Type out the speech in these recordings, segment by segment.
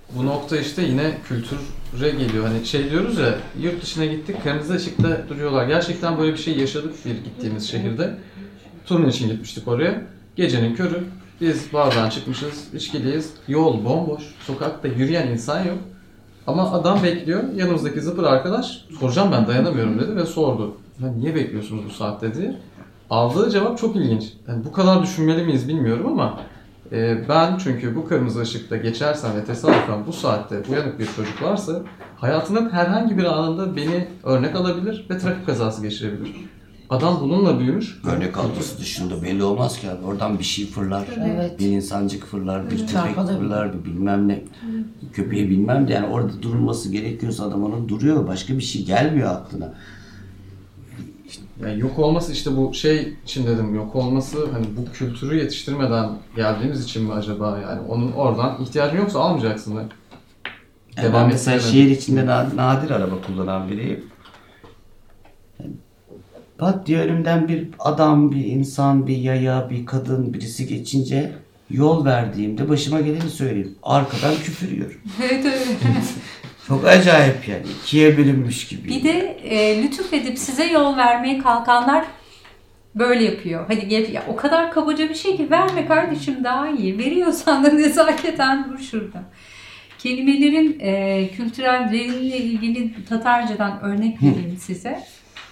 bu nokta işte yine kültüre geliyor. Hani şey diyoruz ya, yurt dışına gittik, kırmızı ışıkta duruyorlar. Gerçekten böyle bir şey yaşadık bir gittiğimiz şehirde. Turne için gitmiştik oraya. Gecenin körü. Biz bardan çıkmışız, içkiliyiz. Yol bomboş. Sokakta yürüyen insan yok. Ama adam bekliyor. Yanımızdaki zıpır arkadaş, soracağım ben dayanamıyorum dedi ve sordu. Niye bekliyorsunuz bu saatte diye. Aldığı cevap çok ilginç. Yani bu kadar düşünmeli miyiz bilmiyorum ama ben çünkü bu kırmızı ışıkta geçersem ve tesadüfen bu saatte uyanık bir çocuk varsa hayatının herhangi bir anında beni örnek alabilir ve trafik kazası geçirebilir. Adam bununla büyümüş. Örnek alması dışında belli olmaz ki abi. Oradan bir şey fırlar. Evet. Bir insancık fırlar, bir köpek Çarpılır. fırlar, bir bilmem ne. Köpeği bilmem de yani orada durulması gerekiyorsa adam onun duruyor. Başka bir şey gelmiyor aklına. Yani yok olması işte bu şey için dedim, yok olması hani bu kültürü yetiştirmeden geldiğimiz için mi acaba, yani onun oradan ihtiyacın yoksa almayacaksın da. Yani ben mesela şehir içinde nadir araba kullanan biriyim. Yani, pat diye önümden bir adam, bir insan, bir yaya, bir kadın, birisi geçince yol verdiğimde başıma geleni söyleyeyim. Arkadan küfür yiyorum. Evet öyle. Çok acayip yani. İkiye bölünmüş gibi. Bir de lütufedip size yol vermeye kalkanlar böyle yapıyor. Hadi gel, ya o kadar kabaca bir şey ki verme kardeşim daha iyi. Veriyorsan da nezaketen dur şurada. Kelimelerin kültürel derinliğiyle ilgili Tatarcadan örnek vereyim size.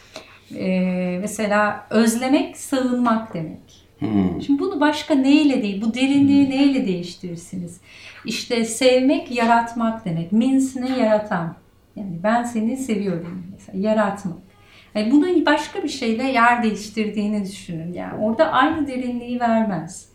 Mesela özlemek, sığınmak demek. Şimdi bunu başka neyle değil, bu derinliği neyle değiştirirsiniz? İşte sevmek, yaratmak demek. Minsine yaratan. Yani ben seni seviyorum mesela, yaratmak. Yani bunu başka bir şeyle yer değiştirdiğini düşünün. Yani orada aynı derinliği vermez.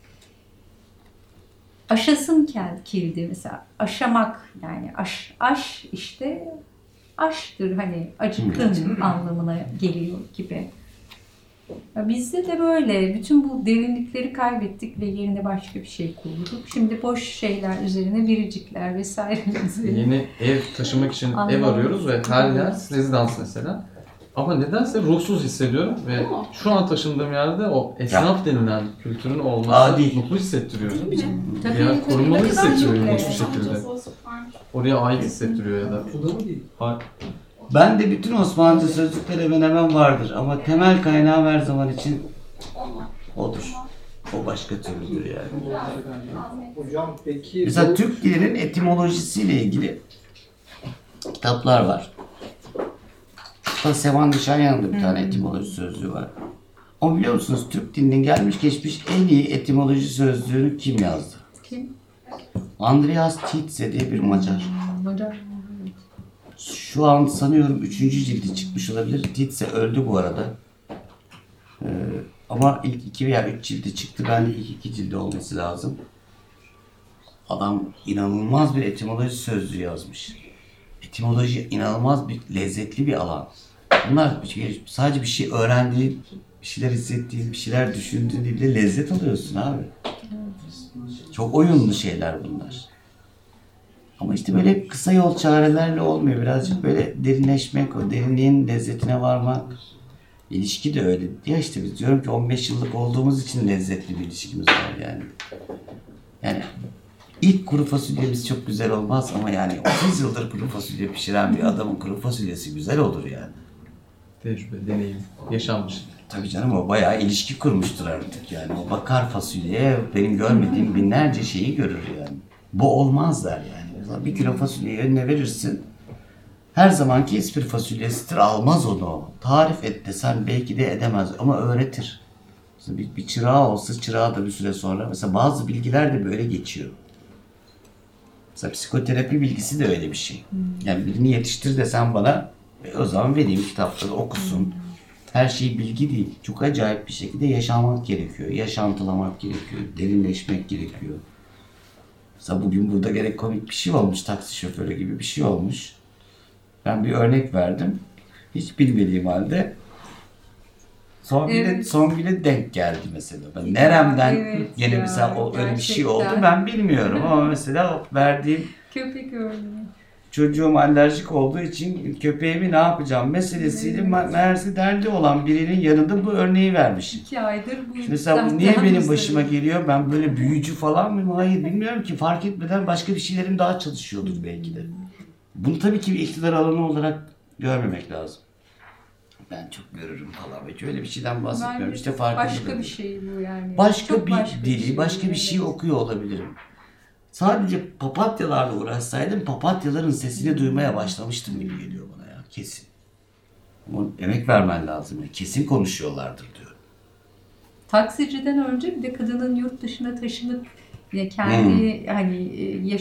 Aşasım kildi mesela. Aşamak yani aş işte aşktır, hani acıktığın anlamına geliyor gibi. Ya bizde de böyle bütün bu derinlikleri kaybettik ve yerine başka bir şey kurduk. Şimdi boş şeyler üzerine biricikler vesaire üzerine. Yeni ev taşımak için ev arıyoruz ve her yer rezidans mesela. Ama nedense ruhsuz hissediyorum ve şu an taşındığım yerde o esnaf denilen kültürün olması mutlu hissettiriyor. Ya korunmalı hissettiriyor ilginç bir şekilde. Oraya ait hissettiriyor ya da. Ben de bütün Osmanlıca sözcükler hemen hemen vardır ama temel kaynağım her zaman için odur. O başka türlüdür yani. Hocam peki... Mesela Türk dilinin etimolojisiyle ilgili kitaplar var. Sevan Nişanyan'da bir tane etimoloji sözlüğü var. Ama biliyor musunuz Türk dilinin gelmiş geçmiş en iyi etimoloji sözlüğünü kim yazdı? Kim? Andreas Tietze diye bir Macar. Macar. Şu an sanıyorum 3. cildi çıkmış olabilir. Tietze öldü bu arada. Ama ilk 2 veya 3 cildi çıktı. Bence ilk 2 cildi olması lazım. Adam inanılmaz bir etimoloji sözlüğü yazmış. Etimoloji inanılmaz bir lezzetli bir alan. Bunlar sadece bir şey öğrendiğin, bir şeyler hissettiğin, bir şeyler düşündüğün bile lezzet alıyorsun abi. Çok oyunlu şeyler bunlar. Ama işte böyle kısa yol çarelerle olmuyor. Birazcık böyle derinleşmek, o derinliğin lezzetine varmak. İlişki de öyle. Ya işte biz diyorum ki 15 yıllık olduğumuz için lezzetli bir ilişkimiz var yani. Yani ilk kuru fasulyemiz çok güzel olmaz ama yani 30 yıldır kuru fasulye pişiren bir adamın kuru fasulyesi güzel olur yani. Tecrübe, deneyim, yaşanmış. Tabii canım o bayağı ilişki kurmuştur artık yani. O bakar fasulyeye benim görmediğim binlerce şeyi görür yani. Bu olmaz der yani. Mesela 1 kilo fasulyeyi önüne verirsin. Her zamanki İspir fasulyesidir, almaz onu. Tarif et desen belki de edemez ama öğretir. Mesela bir çırağı olsa çırağı da bir süre sonra mesela bazı bilgiler de böyle geçiyor. Mesela psikoterapi bilgisi de öyle bir şey. Yani birini yetiştir desen bana o zaman vereyim kitapları okusun. Her şey bilgi değil. Çok acayip bir şekilde yaşamak gerekiyor. Yaşantılamak gerekiyor. Derinleşmek gerekiyor. Mesela bugün burada gerek komik bir şey olmuş. Taksi şoförü gibi bir şey olmuş. Ben bir örnek verdim. Hiç bilmediğim halde Songül'e denk geldi mesela. Ben neremden gene mesela öyle bir şey oldu ben bilmiyorum ama mesela o verdiğim köpek örneği. çocuğum alerjik olduğu için köpeğimi ne yapacağım meselesiyle meğerse derdi olan birinin yanında bu örneği vermiş. 2 aydır bu Mesela bu niye benim başıma geliyor? Ben böyle büyücü falan mıyım? Hayır, bilmiyorum ki. Fark etmeden başka bir şeylerim daha çalışıyordur belki de. Bunu tabii ki bir iktidar alanı olarak görmemek lazım. Ben çok görürüm falan. Hiç öyle bir şeyden bahsetmiyorum. İşte farkında başka bir şey bu yani. Başka Çok bir dili, şey başka bir şey okuyor olabilirim. Sadece papatyalarla uğraşsaydım papatyaların sesini duymaya başlamıştım gibi geliyor bana ya. Kesin. Ama emek vermen lazım. Ya. Kesin konuşuyorlardır diyor. Taksiciden önce bir de kadının yurt dışına taşınıp kendi hani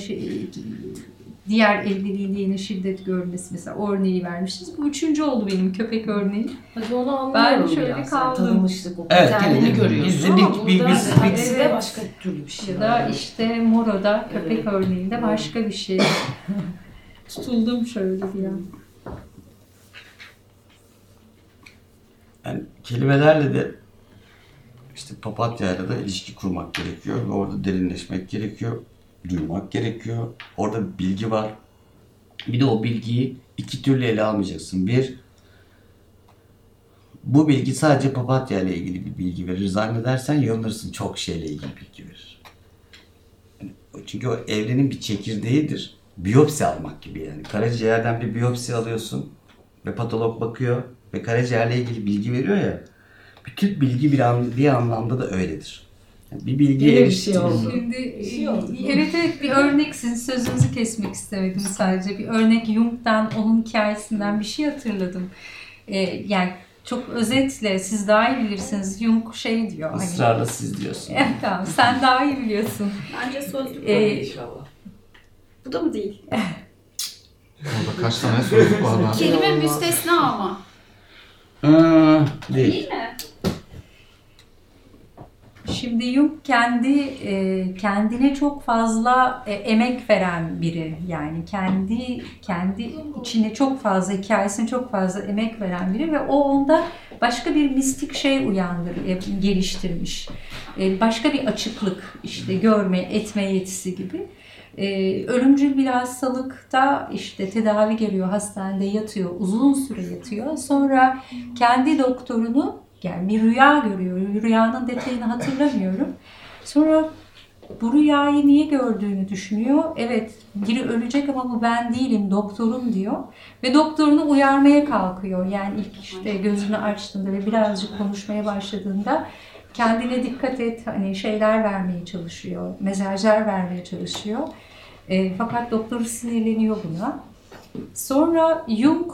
diğer evliliğinde yine şiddet görmesi mesela örneği vermiştiniz. Bu 3. oldu benim köpek örneği. Hadi onu anlıyorum. Ben şöyle biraz. kaldım. Tanımışlık o Evet, kendini yani görüyorsun yüzdelik ama bir- burada bir- aksi de evet. başka türlü bir şey Ya var. da işte Moro'da köpek örneğinde başka bir şey. Tutuldum şöyle bir an. Yani kelimelerle de işte papatyayla da ilişki kurmak gerekiyor ve orada derinleşmek gerekiyor. Duymak gerekiyor. Orada bilgi var. Bir de o bilgiyi 2 türlü ele almayacaksın. Bir, bu bilgi sadece papatya ile ilgili bir bilgi verir. Zannedersen yanılırsın, çok şeyle ilgili bilgi verir. Yani çünkü o evrenin bir çekirdeğidir. Biyopsi almak gibi yani. Karaciğerden bir biyopsi alıyorsun ve patolog bakıyor ve karaciğerle ilgili bilgi veriyor ya. Bütün bilgi bir anlamda da öyledir. Yani bir bilgi Yine bir şey oldu. Şimdi şey oldu. evet bir örnek, sizin sözünüzü kesmek istemedim sadece. Bir örnek Jung'dan, onun hikayesinden bir şey hatırladım. Yani çok özetle siz daha iyi bilirsiniz. Jung şey diyor. Hani, Israrla siz diyorsun. tamam, sen daha iyi biliyorsun. Bence sözlük inşallah. Bu da mı değil? Orada kaç tane sözlük var ben. Kelime müstesna ama. Değil. Değil mi? Şimdi Jung kendine çok fazla emek veren biri, yani kendi içine çok fazla, hikayesine çok fazla emek veren biri ve o onda başka bir mistik şey geliştirmiş. Başka bir açıklık, işte görme, etme yetisi gibi. Ölümcül bir hastalıkta işte tedavi geliyor, hastanede yatıyor, uzun süre yatıyor. Sonra kendi doktorunu, yani bir rüya görüyor. Rüyanın detayını hatırlamıyorum. Sonra bu rüyayı niye gördüğünü düşünüyor. Evet, biri ölecek ama bu ben değilim, doktorum diyor. Ve doktorunu uyarmaya kalkıyor. Yani ilk işte gözünü açtığında ve birazcık konuşmaya başladığında kendine dikkat et, hani şeyler vermeye çalışıyor, mesajlar vermeye çalışıyor. Fakat doktor sinirleniyor buna. Sonra Jung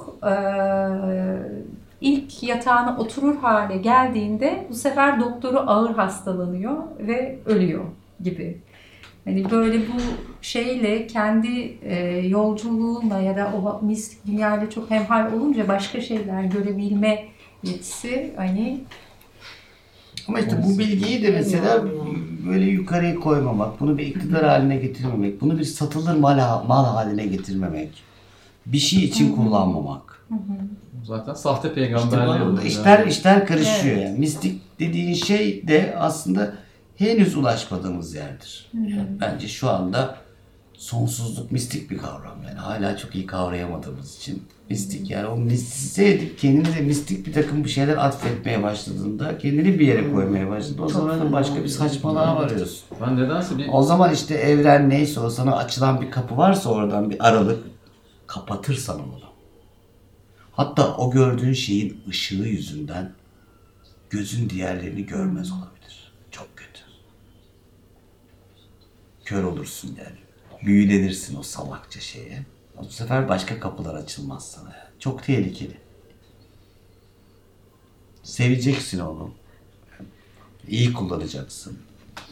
ilk yatağına oturur hale geldiğinde bu sefer doktoru ağır hastalanıyor ve ölüyor gibi. Hani böyle bu şeyle kendi yolculuğunla ya da o mistik dünyayla çok hemhal olunca başka şeyler görebilme yetisi hani. Ama işte bu bilgiyi de mesela böyle yukarıya koymamak, bunu bir iktidar haline getirmemek, bunu bir satılır mal haline getirmemek, bir şey için kullanmamak. Zaten sahte İşte peygamberliği bu oluyor. işler karışıyor Evet. yani. Mistik dediğin şey de aslında henüz ulaşmadığımız yerdir. Yani bence şu anda sonsuzluk mistik bir kavram yani. Hala çok iyi kavrayamadığımız için mistik. Yani o mistize edip kendine de mistik bir takım bir şeyler atfetmeye başladığında, kendini bir yere koymaya başladığında o zaman da başka bir saçmalığa varıyorsun. Ben nedense bir O zaman işte evren neyse, o sana açılan bir kapı varsa oradan bir aralık, kapatırsan onu. Hatta o gördüğün şeyin ışığı yüzünden gözün diğerlerini görmez olabilir. Çok kötü. Kör olursun yani. Büyülenirsin o salakça şeye. Bu sefer başka kapılar açılmaz sana. Çok tehlikeli. Seveceksin onu. İyi kullanacaksın.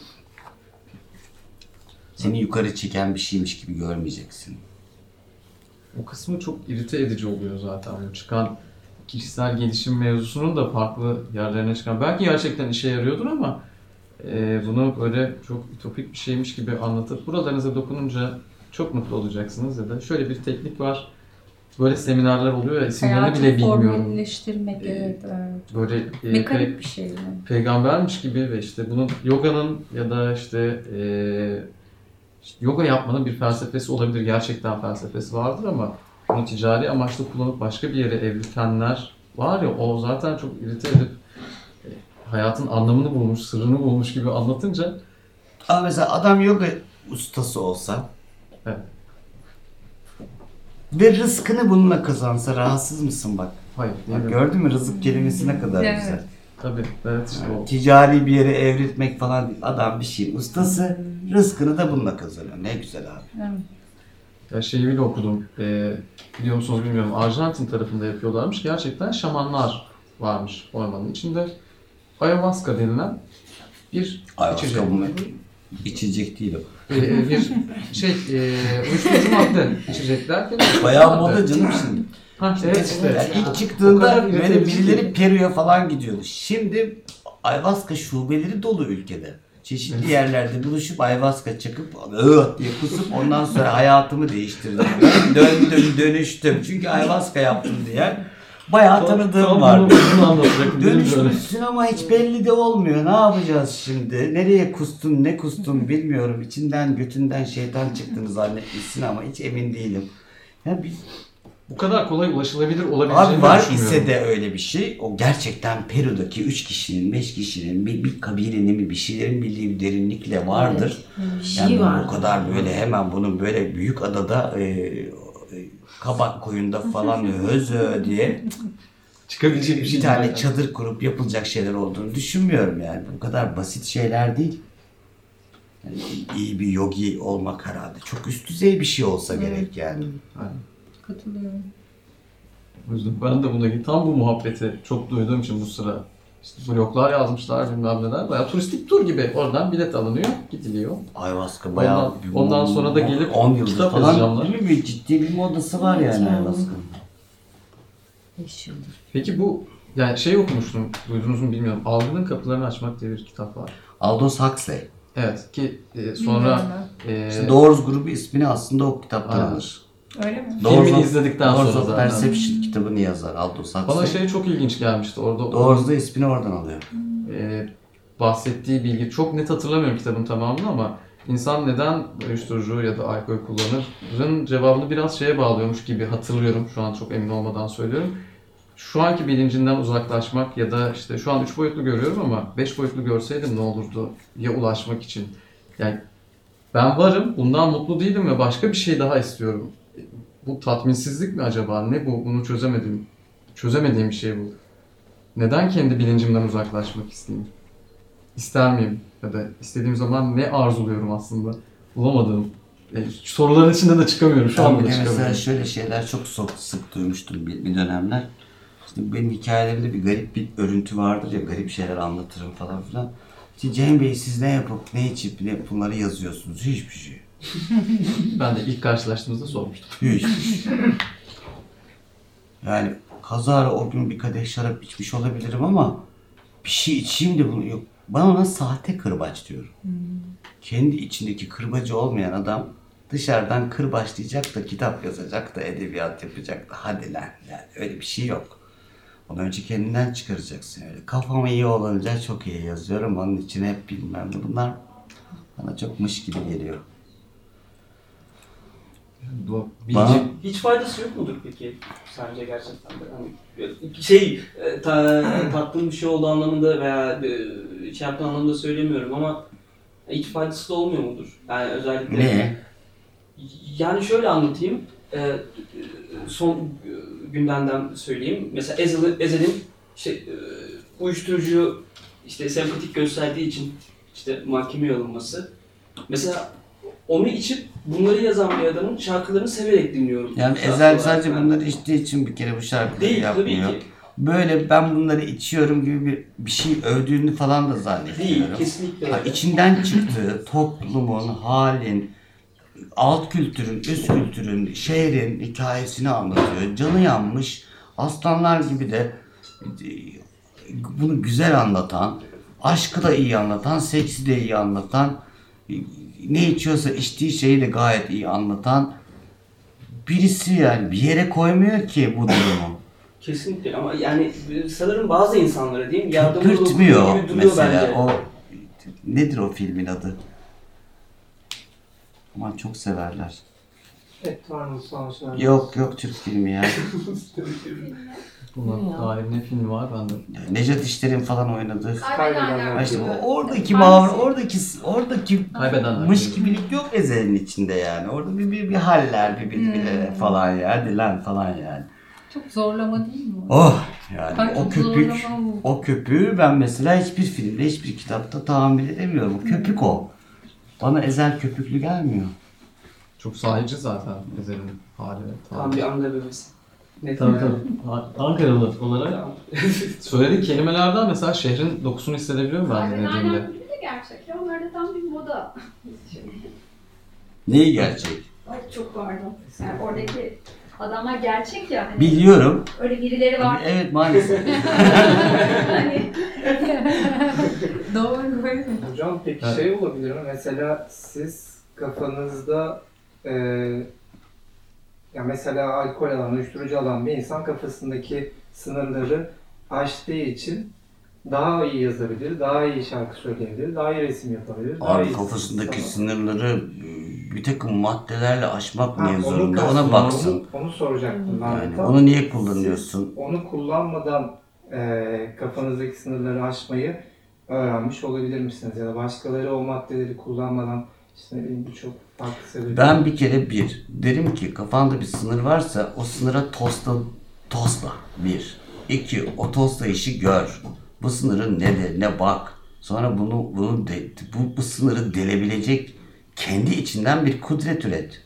Seni yukarı çeken bir şeymiş gibi görmeyeceksin. o kısmı çok irite edici oluyor zaten. Bu çıkan kişisel gelişim mevzusunun da farklı yerlerine çıkan. Belki gerçekten işe yarıyordur ama bunu böyle çok ütopik bir şeymiş gibi anlatıp buralarınıza dokununca çok mutlu olacaksınız ya da şöyle bir teknik var. Böyle seminerler oluyor ya, isimlerini Hayatı bile bilmiyorum. formülleştirmek, evet. Böyle Mekanik bir şey yani. peygambermiş gibi ve işte bunun yoganın ya da işte işte yoga yapmanın bir felsefesi olabilir. Gerçekten felsefesi vardır ama bunu ticari amaçlı kullanıp başka bir yere evriltenler var ya, o zaten çok irite edip hayatın anlamını bulmuş, sırrını bulmuş gibi anlatınca. Ama mesela adam yoga ustası olsa Evet. ve rızkını bununla kazansa rahatsız mısın bak? Hayır, değil Bak mi? gördün mü rızık kelimesi ne kadar Evet. güzel. Tabii, evet işte o. Ticari bir yere evriltmek falan değil. Adam bir şeyin ustası, rızkını da bununla kazanıyor. Ne güzel abi. Evet. Ya şeyi bile okudum, biliyor musunuz bilmiyorum, Arjantin tarafında yapıyorlarmış. Gerçekten şamanlar varmış ormanın içinde. Ayahuasca denilen bir içecek. Ayahuasca bunlar içecek değil o. Bir uyuşturucu madde içecekler. Bayağı moda canım şimdi. Ha, evet işte. Yani ilk O çıktığında kadar böyle üretici birileri ki. Peru'ya falan gidiyordu. Şimdi ayahuasca şubeleri dolu ülkede. Çeşitli yerlerde buluşup ayahuasca çakıp diye kusup ondan sonra hayatımı değiştirdim. Döndüm, dönüştüm. Çünkü ayahuasca yaptım diye. Bayağı tanıdığım var. Bunu anlatacaktım. Dönüşmüşsün ama hiç belli de olmuyor. Ne yapacağız şimdi? Nereye kustun, ne kustun bilmiyorum. İçinden, götünden şeytan çıktığını zannetmişsin ama hiç emin değilim. Ya biz Bu kadar kolay ulaşılabilir olabileceğini abi var düşünmüyorum. ise de öyle bir şey. O gerçekten Peru'daki 3 kişinin, 5 kişinin, bir kabilenin mi bir şeylerin bildiği bir derinlikle vardır. Bir şey Yani var. o kadar böyle hemen bunun böyle büyük adada Kabak koyunda falan özö diye Çıkabilecek bir tane çadır kurup yapılacak şeyler olduğunu düşünmüyorum yani. Bu kadar basit şeyler değil. Yani iyi bir yogi olmak herhalde çok üst düzey bir şey olsa gerek yani. Aynen. Katılıyorum. O yüzden ben de buna tam bu muhabbeti çok duyduğum için bu sıra işte bloglar yazmışlar bilmem neler. Bayağı turistik tur gibi oradan bilet alınıyor, gidiliyor. Ayahuasca bayağı Ondan sonra da gelip 10 yıldır kitap falan yazacağımlar. değil mi? Bir ciddi bir modası var yani Evet. ayahuasca'nın. 5 yıldır. Peki bu yani şey okumuştum, duydunuz mu bilmiyorum. Algının Kapılarını Açmak diye bir kitap var. Aldous Huxley. Evet ki sonra İşte Doors grubu ismini aslında o kitaptan Aynen. alır. Öyle mi? Filmini izledikten Doors sonra of zaten. Perception kitabını yazar Aldous Huxley. Bana şey çok ilginç gelmişti orada. Doors da ismini oradan alıyor. Bahsettiği bilgi çok net hatırlamıyorum kitabın tamamını ama insan neden uyuşturucu ya da alkol kullanırın cevabını biraz şeye bağlıyormuş gibi hatırlıyorum. Şu an çok emin olmadan söylüyorum. Şu anki bilincinden uzaklaşmak ya da işte şu an 3 boyutlu görüyorum ama 5 boyutlu görseydim ne olurdu ya ulaşmak için. Yani ben varım, bundan mutlu değilim ve başka bir şey daha istiyorum. Bu tatminsizlik mi acaba? Ne bu? Bunu çözemedim. Çözemediğim bir şey bu. Neden kendi bilincimden uzaklaşmak isteyeyim? İster miyim? Ya da istediğim zaman ne arzuluyorum aslında? Bulamadığım. Soruların içinde de çıkamıyorum. Şu Ben anda da bile mesela çıkamıyorum. şöyle şeyler çok sık duymuştum bir dönemler. İşte benim hikayelerimde bir garip bir örüntü vardır ya, garip şeyler anlatırım falan filan. İşte Cem Bey siz ne yapıp ne içip ne bunları yazıyorsunuz? Hiçbir şey. Ben de ilk karşılaştığımızda sormuştum. Hiçbir şey. Yani kazara o gün bir kadeh şarap içmiş olabilirim ama bir şey içeyim de bunu yok. Ben ona sahte kırbaç diyorum. Kendi içindeki kırbacı olmayan adam dışarıdan kırbaçlayacak da kitap yazacak da edebiyat yapacak da hadi lan yani öyle bir şey yok. Onu önce kendinden çıkaracaksın öyle. Kafam iyi olunca çok iyi yazıyorum onun için hep bilmem ne. Bunlar bana çok mış gibi geliyor. Bilinci... Hiç faydası yok mudur peki sence gerçekten de? Hani tattığım bir şey olduğu anlamında veya şey yaptığım anlamında söylemiyorum ama hiç faydası da olmuyor mudur? Yani özellikle... Ne? Yani şöyle anlatayım. Son gündemden söyleyeyim. Mesela Ezel'in işte uyuşturucu işte sempatik gösterdiği için işte mahkemeye alınması. Mesela onu içip bunları yazan bir adamın şarkılarını severek dinliyorum. Yani Şarkı Ezel olarak sadece yani. bunları içtiği için bir kere bu şarkıları Değil yapmıyor. tabii ki. Böyle ben bunları içiyorum gibi bir şey övdüğünü falan da Değil, zannetmiyorum. kesinlikle Ha, öyle. içinden çıktığı toplumun, halin, alt kültürün, üst kültürün, şehrin hikayesini anlatıyor. Canı yanmış aslanlar gibi de bunu güzel anlatan, aşkı da iyi anlatan, seksi de iyi anlatan, ne içiyorsa içtiği şeyi de gayet iyi anlatan birisi yani bir yere koymuyor ki bu durumu. Kesinlikle ama yani sanırım bazı insanlara diyeyim yardımcı Köpürtmüyor gibi duruyor mesela bence. o nedir o filmin adı? Ama çok severler. Eternal Sunshine. Yok Türk filmi ya. Buna dair ne filmi var bende? Necat İşler'in falan oynadığı. Kaybedenler İşte gibi. oradaki Hangisi? oradaki Kaybedenler. mışkibilik yok Ezel'in içinde yani. Orada bir haller, bir falan ya. Hadi lan falan yani. Çok zorlama değil mi? Oh yani Ay, çok zorlama bu. o köpüğü ben mesela hiçbir filmde, hiçbir kitapta tahammül edemiyorum. O köpük o. Bana Ezel köpüklü gelmiyor. Çok sahici zaten Ezel'in hali. Tam bir anda bebesi. Net Tabii yani. tabii. Ankaralı olarak söylediği kelimelerden mesela şehrin dokusunu hissedebiliyorum ben de dediğimde. Kaybedenler gibi de gerçek. Ya onlar da tam bir moda. Neyi gerçek? Ay çok pardon. Yani oradaki adamlar gerçek ya. Hani Biliyorum. öyle birileri var. Evet maalesef. Hani Doğru böyle. Hocam peki Evet. şey olabilir mi? Mesela siz kafanızda ya mesela alkol alan, uyuşturucu alan bir insan kafasındaki sınırları aştığı için daha iyi yazabilir, daha iyi şarkı söyleyebilir, daha iyi resim yapabilir. Daha Abi iyi kafasındaki sanat. sınırları bir takım maddelerle aşmak Ha, mevzunda onu ona baksın. Onu soracaktım ben. Yani Tam onu niye kullanıyorsun? siz onu kullanmadan kafanızdaki sınırları aşmayı öğrenmiş olabilir misiniz? Ya da başkaları o maddeleri kullanmadan işte ne bileyim birçok farklı sebebi. Ben bir kere derim ki kafanda bir sınır varsa o sınıra tosla. Bir. İki, o toslayışı gör. Bu sınırın nedir, ne bak. Sonra bu sınırı delebilecek kendi içinden bir kudret üret.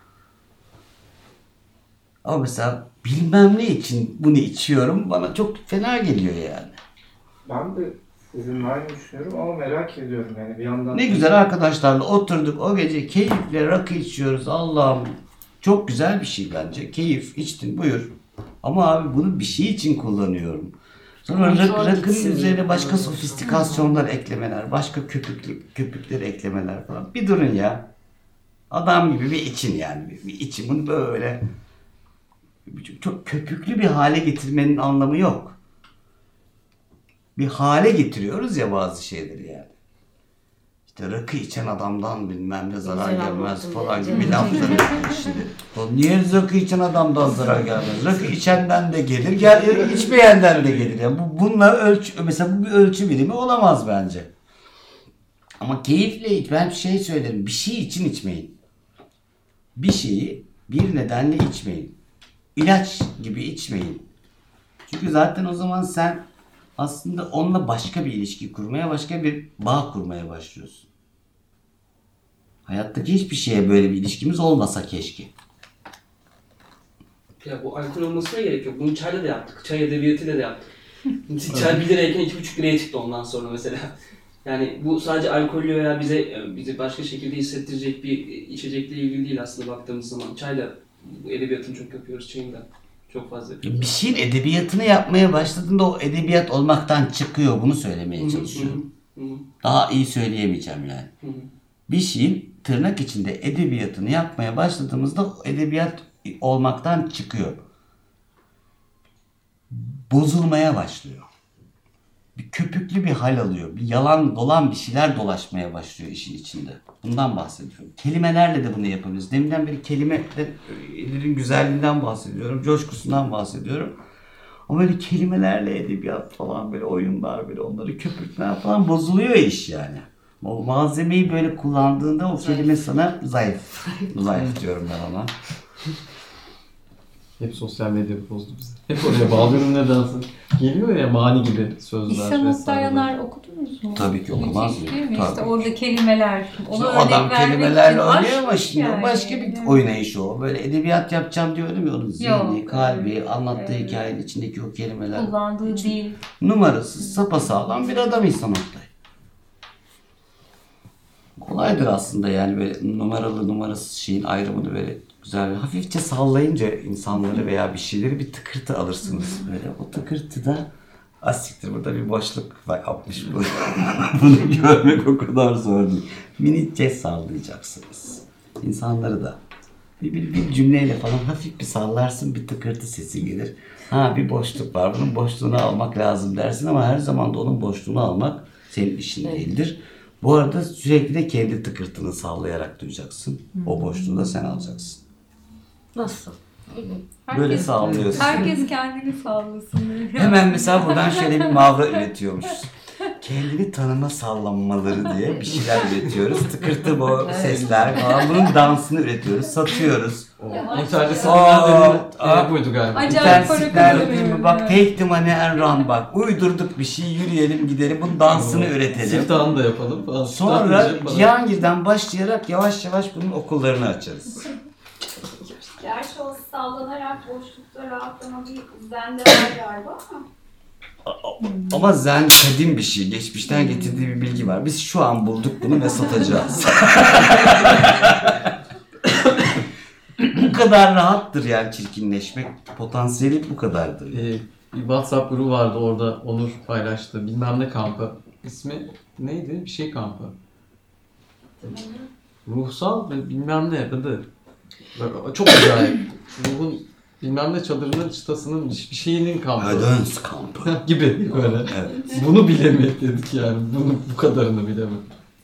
Ama mesela bilmem ne için bunu içiyorum bana çok fena geliyor yani. Ben de sizinle aynı düşünüyorum ama merak ediyorum yani bir yandan. Ne güzel arkadaşlarla oturduk o gece keyifle rakı içiyoruz Allah'ım. Çok güzel bir şey bence. Keyif içtin buyur. Ama abi bunu bir şey için kullanıyorum. Sonra rakının üzerine başka sofistikasyonlar eklemeler, başka köpükler eklemeler falan. Bir durun ya. Adam gibi bir için yani. Bir için bunu böyle çok köpüklü bir hale getirmenin anlamı yok. Bir hale getiriyoruz ya bazı şeyleri yani. İşte rakı içen adamdan bilmem ne zarar gelmez falan gibi lafları şimdi. Niye rakı içen adamdan zarar gelmez? Rakı içenden de gelir, içmeyenden de gelir. Yani bununla mesela bu bir ölçü birimi olamaz bence. Ama keyifle iç. Ben bir şey söylerim. Bir şey için içmeyin. Bir şeyi bir nedenle içmeyin. İlaç gibi içmeyin. Çünkü zaten o zaman sen aslında onunla başka bir ilişki kurmaya, başka bir bağ kurmaya başlıyorsun. Hayattaki hiçbir şeye böyle bir ilişkimiz olmasa keşke. Ya bu alkol olmasına gerek yok. Bunu çayla da yaptık. Çay edebiyatıyla da yaptık. Çay 1 lirayken 2,5 liraya çıktı ondan sonra mesela. Yani bu sadece alkollü veya bizi başka şekilde hissettirecek bir içecekle ilgili değil aslında baktığımız zaman. Çayla bu edebiyatını çok yapıyoruz, çayını da çok fazla yapıyoruz. Bir şeyin edebiyatını yapmaya başladığında o edebiyat olmaktan çıkıyor. Bunu söylemeye çalışıyorum. Daha iyi söyleyemeyeceğim yani. Bir şeyin tırnak içinde edebiyatını yapmaya başladığımızda o edebiyat olmaktan çıkıyor. Bozulmaya başlıyor. Bir köpüklü bir hal alıyor. Bir yalan dolan bir şeyler dolaşmaya başlıyor işin içinde. Bundan bahsediyorum. Kelimelerle de bunu yapabiliriz. Deminden beri kelimelerin güzelliğinden bahsediyorum. Coşkusundan bahsediyorum. Ama böyle kelimelerle edebiyat falan böyle oyunlar böyle onları köpürtmeler falan bozuluyor iş yani. O malzemeyi böyle kullandığında o kelime sana zayıf. Zayıf diyorum ben ona. Hep sosyal medya bozdu bizi. Hep oraya bağlıyorum nedense. Geliyor ya mani gibi sözler. İhsan vesaire. Dayanar okudunuz mu? Tabii ki okumaz mı? Değil mi? Tabii. İşte orada kelimeler. İşte Ona adam örnek vermek kelimelerle için oynuyor aşk ama şimdi yani. başka bir oynayış o. Böyle edebiyat yapacağım diyorum ya onun zihni, Yok, kalbi, evet. anlattığı Evet. hikayenin içindeki o kelimeler. Kullandığı dil. Numarasız, sapasağlam bir adam İhsan Oktay. Kolaydır aslında yani böyle numaralı numarasız şeyin ayrımını böyle güzel hafifçe sallayınca insanları veya bir şeyleri bir tıkırtı alırsınız. Böyle o tıkırtıda asiktir burada bir boşluk yapmış bu. Bunu görmek o kadar zor değil. Minikçe sallayacaksınız. İnsanları da bir cümleyle falan hafif bir sallarsın bir tıkırtı sesi gelir. Ha bir boşluk var bunun boşluğunu almak lazım dersin ama her zaman da onun boşluğunu almak senin işin değildir. Bu arada sürekli de kendi tıkırtını sallayarak duyacaksın. O boşluğu da sen alacaksın. Nasıl? Böyle sallıyorsun. Herkes kendini sallasın. Hemen mesela buradan şöyle bir mavra üretiyormuşuz. Kendini tanıma sallanmaları diye bir şeyler üretiyoruz. Tıkırtı bu sesler falan. Bunun dansını üretiyoruz, satıyoruz. İnternet'in dediği buydu galiba. Acayip para Terslikler kazanıyorum. bak take the money and run bak. Uydurduk bir şey, yürüyelim gidelim. Bunun dansını üretelim. Siftahını da yapalım falan. Sonra Siftah da Cihangir'den başlayarak yavaş yavaş bunun okullarını açarız. Gerçi o sallanarak boşlukta rahatlama bir zende var galiba ama. Ama zen kadim bir şey. Geçmişten getirdiği bir bilgi var. Biz şu an bulduk bunu ve satacağız. Bu kadar rahattır yani çirkinleşmek. Potansiyeli bu kadardır. Bir WhatsApp grubu vardı, orada Onur paylaştı. Bilmem ne kampı. İsmi neydi? Bir şey kampı. Ruhsal bilmem ne adı. Çok acayip. Ruhun bilmem ne çadırının, çıtasının bir şeyinin kampı. Ödöns kampı. gibi böyle. Evet. Bunu bilemedik dedik yani. Bu kadarını bilemedik.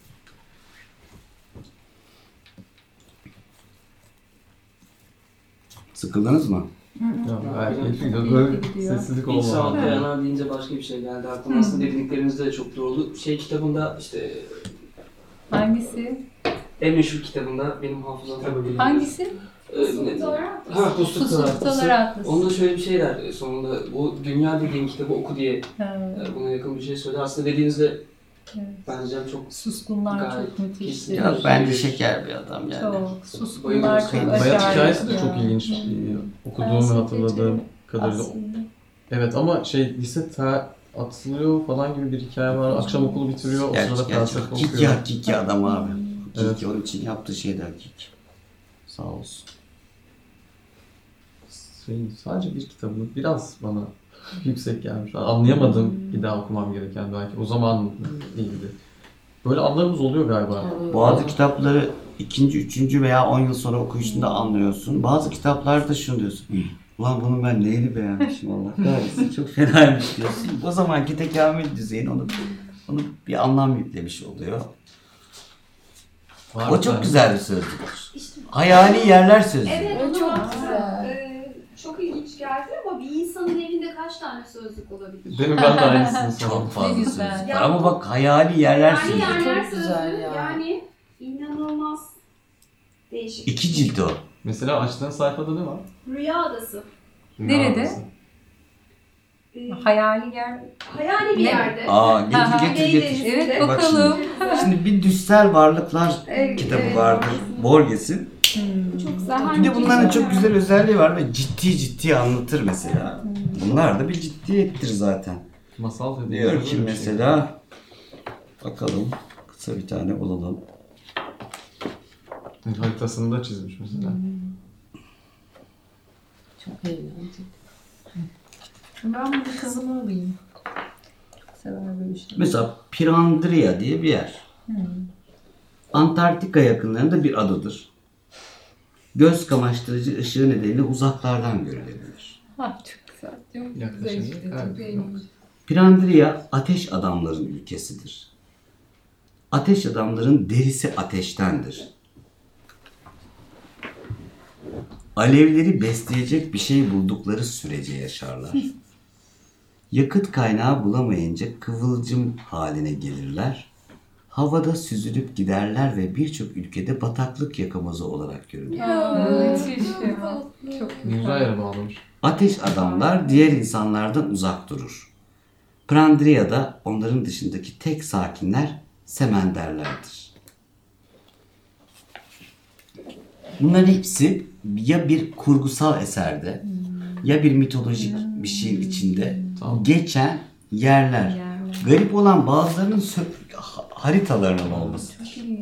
Sıkıldınız mı? Ya, gayet keyifliydi. Böyle sessizlik İlk saat olmadı. dayanan deyince başka bir şey geldi aklıma. Aslında dedikleriniz de çok doğru. Kitabında işte Hangisi? en meşhur kitabında benim hafızam tabii biliyorum. Hangisi? Ha, Pusluk Pusluklar Atlısı. Onda şöyle bir şey der sonunda. Bu dünya dediğin kitabı oku diye Ha, buna yakın bir şey söyler. Aslında dediğinizde evet. bence çok Suskunlar Gayet çok müthişti. kesin. Ya bence şeker bir adam yani. Çok. Suskunlar çok Bayılıyorum. acayip. Hayat hikayesi de ya. çok ilginç. Okuduğum ve Felsefe hatırladığım kadarıyla. Aslında. Evet ama lise atılıyor falan gibi bir hikaye var. Akşam okulu bitiriyor. O sırada felsefe Hakiki okuyor. hakiki adam abi. Hakiki Evet. onun için yaptığı şey de hakiki. Sağ olsun. Sadece bir kitabını biraz bana yüksek gelmiş. Anlayamadım, bir daha okumam gereken belki. O zaman değildi. Böyle anlarımız oluyor galiba. Bazı kitapları 2. 3. veya 10 yıl sonra okuyuşunda anlıyorsun. Bazı kitaplarda şunu diyorsun. Ulan bunun ben neyini beğenmişim Allah kahretsin. Çok fenaymış diyorsun. O zamanki tekamül düzeyin onu bir anlam yüklemiş oluyor. Var O mı çok sen? güzel bir sözlüktür. Hayali yerler sözlüğü. Evet, Evet, onu çok baktım. güzel. Çok ilginç geldi ama bir insanın evinde kaç tane sözlük olabilir? Demin ben de aynısını Çok sordum. fazla Ne sözlük güzel. var. Ama bak hayali yerler Yani sözlüğü. yerler Çok güzel sözlüğü ya. yani inanılmaz değişik. 2 cilt o. Mesela açtığın sayfada ne var? Rüya Adası. Nerede? Adası. Hayali yer. Hayali bir Ne? yerde. Aa Aha. getir getir. Evet Bak bakalım. Şimdi bir Düssel Varlıklar Evet, kitabı evet. vardır. Borges'in. Çok güzel. Bir de bunların çok güzel özelliği var ve ciddi anlatır mesela. Bunlar da bir ciddiyettir zaten. Masal dediğin Diyor böyle ki bir şey. mesela bakalım kısa bir tane bulalım. Haritasını da çizmiş mesela. Çok eğlenceli. Ben bunu kızıma alayım. Çok sever böyle şeyleri. Mesela Pirandria diye bir yer. Antarktika yakınlarında bir adadır. Göz kamaştırıcı ışığı nedeniyle uzaklardan görülebilir. Ah çok güzel. Çok Yaklaşık. güzel işte. Evet. Çok eğlenceli. Pirandria ateş adamların ülkesidir. Ateş adamların derisi ateştendir. Alevleri besleyecek bir şey buldukları sürece yaşarlar. Yakıt kaynağı bulamayınca kıvılcım haline gelirler. Havada süzülüp giderler ve birçok ülkede bataklık yakamozu olarak görülür. Müthiş ya. Çok Ne güzel yere bağlamış. Ateş adamlar diğer insanlardan uzak durur. Pirandria'da onların dışındaki tek sakinler semenderlerdir. Bunların hepsi ya bir kurgusal eserde ya bir mitolojik bir şeyin içinde Tamam. geçen yerler. Garip olan bazılarının haritalarının olması.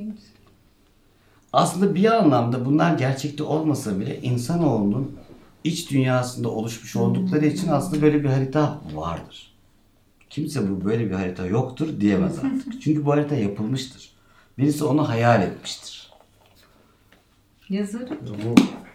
Aslında bir anlamda bunlar gerçekte olmasa bile insanoğlunun iç dünyasında oluşmuş oldukları için aslında böyle bir harita vardır. Kimse bu böyle bir harita yoktur diyemez artık. Çünkü bu harita yapılmıştır. Birisi onu hayal etmiştir. Yazarı Bu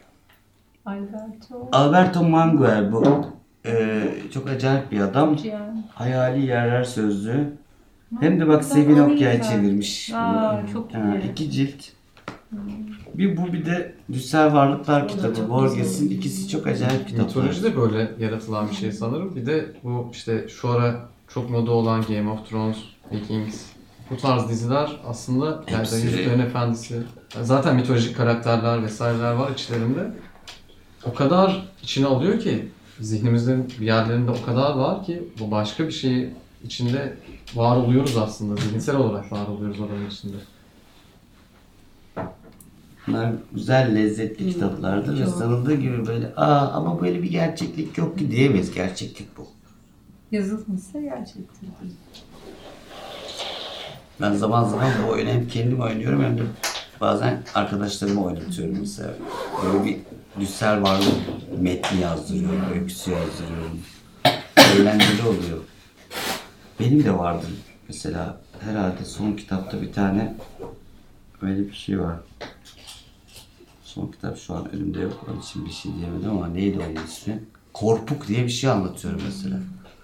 Alberto Manguel bu çok acayip bir adam. yani. Hayali Yerler Sözlüğü Hem de bak Ben Sevin onu Okyay güzel. çevirmiş. Aa, çok Ha, iyi. 2 cilt. Bir bu bir de Düşsel Varlıklar O da kitabı. çok Borges'in güzel. ikisi çok acayip kitaplar. Mitoloji de böyle yaratılan bir şey sanırım. Bir de bu işte şu ara çok moda olan Game of Thrones, Vikings, bu tarz diziler aslında yani Hepsi- Yüzüklerin Efendisi, zaten mitolojik karakterler vesaireler var içlerinde. O kadar içine alıyor ki zihnimizin bir yerlerinde o kadar var ki bu başka bir şey içinde var oluyoruz aslında. Zihinsel olarak var oluyoruz oranın içinde. Bunlar güzel, lezzetli kitaplardır ve çok. sanıldığı gibi böyle ama böyle bir gerçeklik yok ki diyemeyiz. Gerçeklik bu. Yazılmışsa gerçekten. Ben zaman zaman bu oyunu hem kendim oynuyorum hem de bazen arkadaşlarıma oynatıyorum mesela. Böyle bir Düşsel Varlık metni yazdırıyorum, öyküsü yazdırıyorum. Eğlenceli oluyor. Benim de vardır mesela herhalde son kitapta bir tane öyle bir şey var. Son kitap şu an önümde yok. Onun için bir şey diyemedim ama neydi onun ismi? Korpuk diye bir şey anlatıyorum mesela.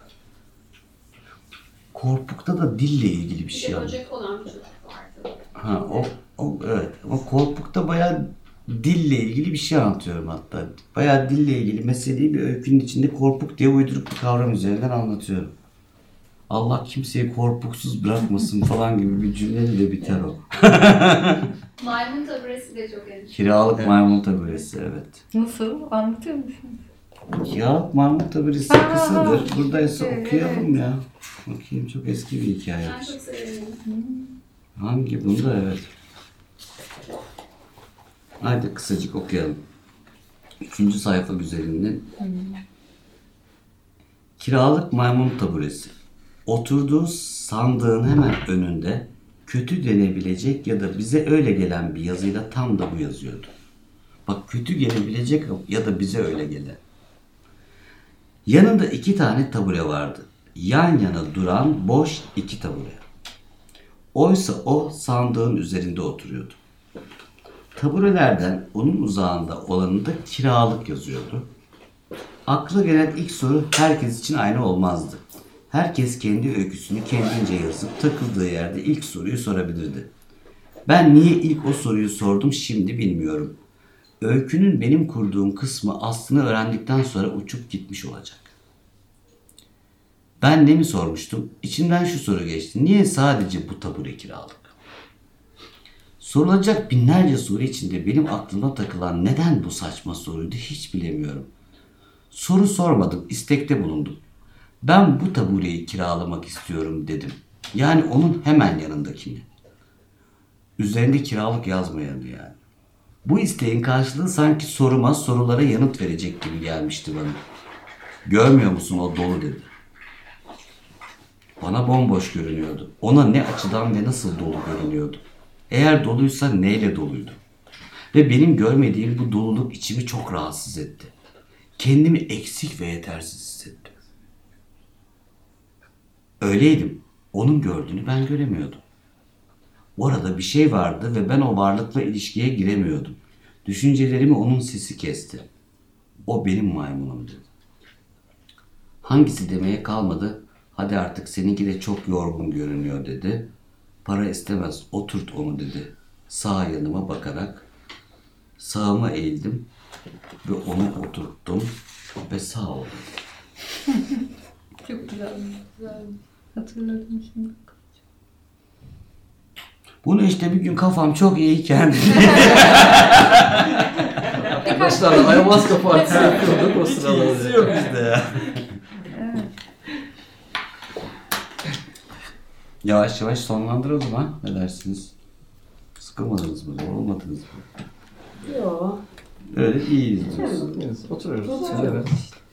Korpuk'ta da dille ilgili bir Bir şey de anlatıyorum. böcek olan bir çocuk vardı. Ha o evet ama Korkuk'ta bayağı dille ilgili bir şey anlatıyorum hatta. Bayağı dille ilgili meseleyi bir öykünün içinde Korkuk diye uyduruk bir kavram üzerinden anlatıyorum. Allah kimseyi korpuksuz bırakmasın falan gibi bir cümleyle de biter o. Maymun taburesi de çok enteresan. Kiralık maymun taburesi evet. Nasıl? Anlatıyor musun? Kiralık maymun taburesi Ha, kısadır. Buradaysa evet. okuyalım ya. Bakayım çok eski bir hikaye. Ben çok severim. Hangi bunda evet. Hadi kısacık okuyalım. 3. sayfa güzelinden. Kiralık maymun taburesi. Oturduğu sandığın hemen önünde kötü denebilecek ya da bize öyle gelen bir yazıyla tam da bu yazıyordu. Bak kötü gelebilecek ya da bize öyle gelen. Yanında 2 tane tabure vardı. Yan yana duran boş 2 tabure. Oysa o sandığın üzerinde oturuyordu. Taburelerden onun uzağında olanında kiralık yazıyordu. Akla gelen ilk soru herkes için aynı olmazdı. Herkes kendi öyküsünü kendince yazıp takıldığı yerde ilk soruyu sorabilirdi. Ben niye ilk o soruyu sordum şimdi bilmiyorum. Öykünün benim kurduğum kısmı aslını öğrendikten sonra uçup gitmiş olacak. Ben ne mi sormuştum? İçimden şu soru geçti. Niye sadece bu tabure kiralık? Sorulacak binlerce soru içinde benim aklıma takılan neden bu saçma soruydu hiç bilemiyorum. Soru sormadım, istekte bulundum. Ben bu tabureyi kiralamak istiyorum dedim. Yani onun hemen yanındakini. Üzerinde kiralık yazmayanı yani. Bu isteğin karşılığı sanki soruma, sorulara yanıt verecek gibi gelmişti bana. Görmüyor musun o dolu dedi. Bana bomboş görünüyordu. Ona ne açıdan ve nasıl dolu görünüyordu. Eğer doluysa neyle doluydu? Ve benim görmediğim bu doluluk içimi çok rahatsız etti. Kendimi eksik ve yetersiz hissettim. Öyleydim. Onun gördüğünü ben göremiyordum. Orada bir şey vardı ve ben o varlıkla ilişkiye giremiyordum. Düşüncelerimi onun sesi kesti. O benim maymunum dedi. Hangisi demeye kalmadı. Hadi artık seninki de çok yorgun görünüyor dedi. Para istemez oturt onu dedi. Sağ yanıma bakarak sağıma eğildim ve onu oturttum ve sağ oldum. Çok güzel. Hatırladım şimdi. Bunu işte bir gün kafam çok iyiyken Arkadaşlarla ayahuasca partisi yapıyorduk o sırada. yok bizde ya. Yavaş yavaş sonlandıralım ha. Ne dersiniz? Sıkılmadınız mı? Yorulmadınız mı? Yok. Öyle iyiyiz diyorsun. Oturuyoruz. Evet.